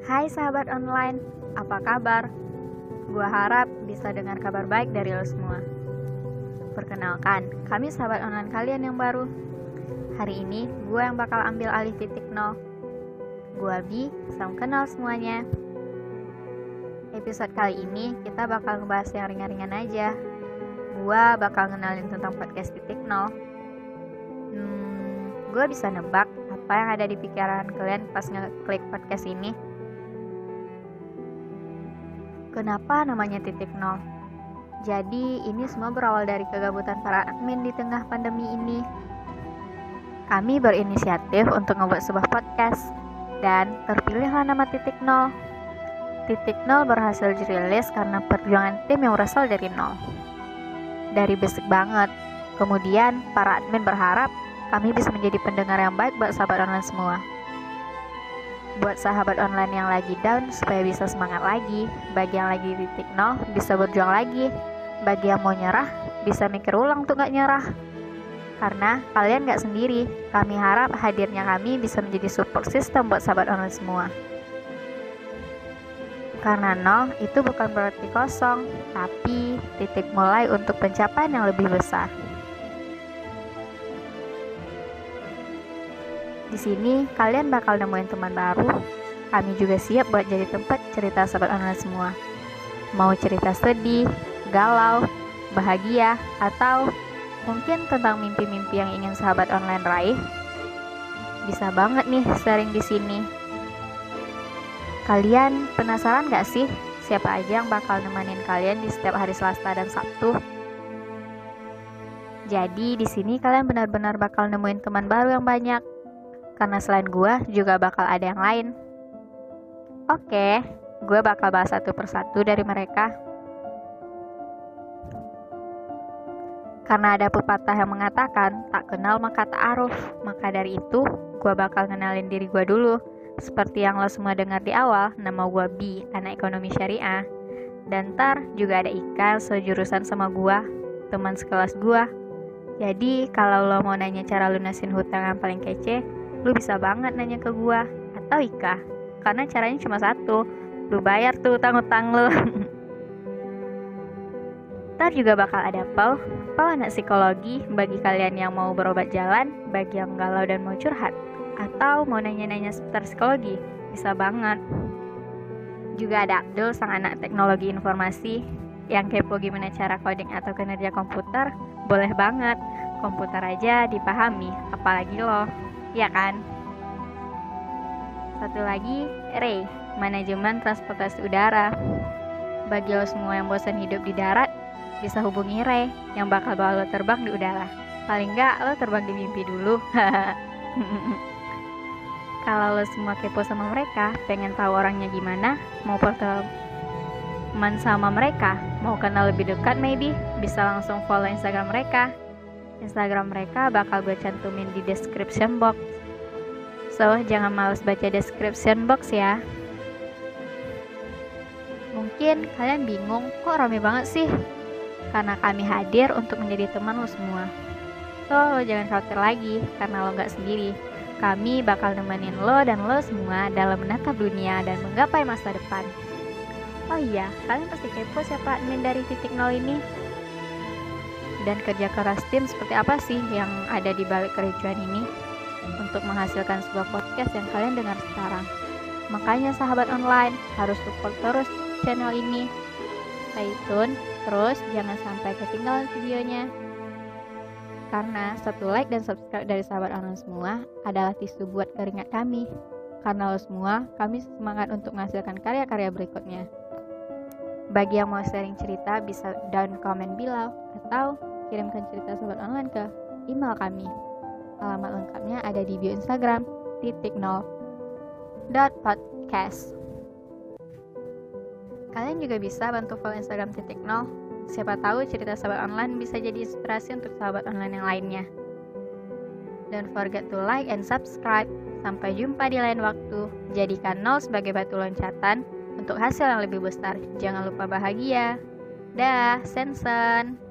Hai sahabat online, apa kabar? Gua harap bisa dengar kabar baik dari lo semua. Perkenalkan, kami sahabat online kalian yang baru. Hari ini, gua yang bakal ambil alih titik nol. Gua Bi, salam kenal semuanya. Episode kali ini, kita bakal ngebahas yang ringan-ringan aja. Gua bakal ngenalin tentang podcast titik nol. Gua bisa nebak apa yang ada di pikiran kalian pas ngeklik podcast ini. Kenapa namanya titik nol? Jadi ini semua berawal dari kegabutan para admin di tengah pandemi ini. Kami berinisiatif untuk membuat sebuah podcast dan terpilihlah nama titik nol. Titik nol berhasil dirilis karena perjuangan tim yang berasal dari nol. Dari basic banget. Kemudian para admin berharap kami bisa menjadi pendengar yang baik buat sahabat online semua. Buat sahabat online yang lagi down supaya bisa semangat lagi. Bagi yang lagi di titik nol bisa berjuang lagi. Bagi yang mau nyerah bisa mikir ulang tuh gak nyerah. Karena kalian gak sendiri. Kami harap hadirnya kami bisa menjadi support system buat sahabat online semua. Karena nol itu bukan berarti kosong, tapi titik mulai untuk pencapaian yang lebih besar. Di sini kalian bakal nemuin teman baru. Kami juga siap buat jadi tempat cerita sahabat online semua. Mau cerita sedih, galau, bahagia, atau mungkin tentang mimpi-mimpi yang ingin sahabat online raih. Bisa banget nih sharing di sini. Kalian penasaran gak sih siapa aja yang bakal nemenin kalian di setiap hari Selasa dan Sabtu? Jadi di sini kalian benar-benar bakal nemuin teman baru yang banyak. Karena selain gue juga bakal ada yang lain. Oke, gue bakal bahas satu persatu dari mereka. Karena ada pepatah yang mengatakan tak kenal maka ta'aruf. Maka dari itu, gue bakal kenalin diri gue dulu. Seperti yang lo semua dengar di awal, nama gue Bi, anak ekonomi syariah. Dan ntar juga ada Ika sejurusan sama gue, teman sekelas gue. Jadi kalau lo mau nanya cara lunasin hutang yang paling kece, lu bisa banget nanya ke gua atau Ika, karena caranya cuma satu, lu bayar tuh utang-utang lu. Ntar juga bakal ada Paul anak psikologi bagi kalian yang mau berobat jalan, bagi yang galau dan mau curhat, atau mau nanya-nanya seputar psikologi, bisa banget. Juga ada Abdul, sang anak teknologi informasi, yang kepo gimana cara coding atau kinerja komputer, boleh banget, komputer aja dipahami, apalagi lo. Ya kan? Satu lagi, Ray, manajemen transportasi udara. Bagi lo semua yang bosan hidup di darat, bisa hubungi Ray yang bakal bawa lo terbang di udara. Paling enggak lo terbang di mimpi dulu. Kalau lo semua kepo sama mereka, pengen tahu orangnya gimana, mau teman sama mereka, mau kenal lebih dekat maybe, bisa langsung follow Instagram mereka. Instagram mereka bakal gue cantumin di description box. So, jangan males baca description box ya. Mungkin kalian bingung, kok rame banget sih? Karena kami hadir untuk menjadi teman lo semua. So, lo jangan khawatir lagi, karena lo gak sendiri. Kami bakal nemenin lo dan lo semua dalam menatap dunia dan menggapai masa depan. Oh iya, kalian pasti kepo siapa admin dari titik nol ini? Dan kerja keras tim seperti apa sih yang ada di balik kericuan ini untuk menghasilkan sebuah podcast yang kalian dengar sekarang. Makanya sahabat online harus support terus channel ini. Stay tune, terus jangan sampai ketinggalan videonya. Karena satu like dan subscribe dari sahabat online semua adalah tisu buat keringat kami. Karena lo semua, kami semangat untuk menghasilkan karya-karya berikutnya. Bagi yang mau sharing cerita bisa down comment below atau kirimkan cerita sahabat online ke email kami. Alamat lengkapnya ada di bio Instagram @titik_nol.podcast. Kalian juga bisa bantu follow Instagram titik nol. Siapa tahu cerita sahabat online bisa jadi inspirasi untuk sahabat online yang lainnya. Don't forget to like and subscribe. Sampai jumpa di lain waktu. Jadikan nol sebagai batu loncatan untuk hasil yang lebih besar. Jangan lupa bahagia. Dah, Sensen.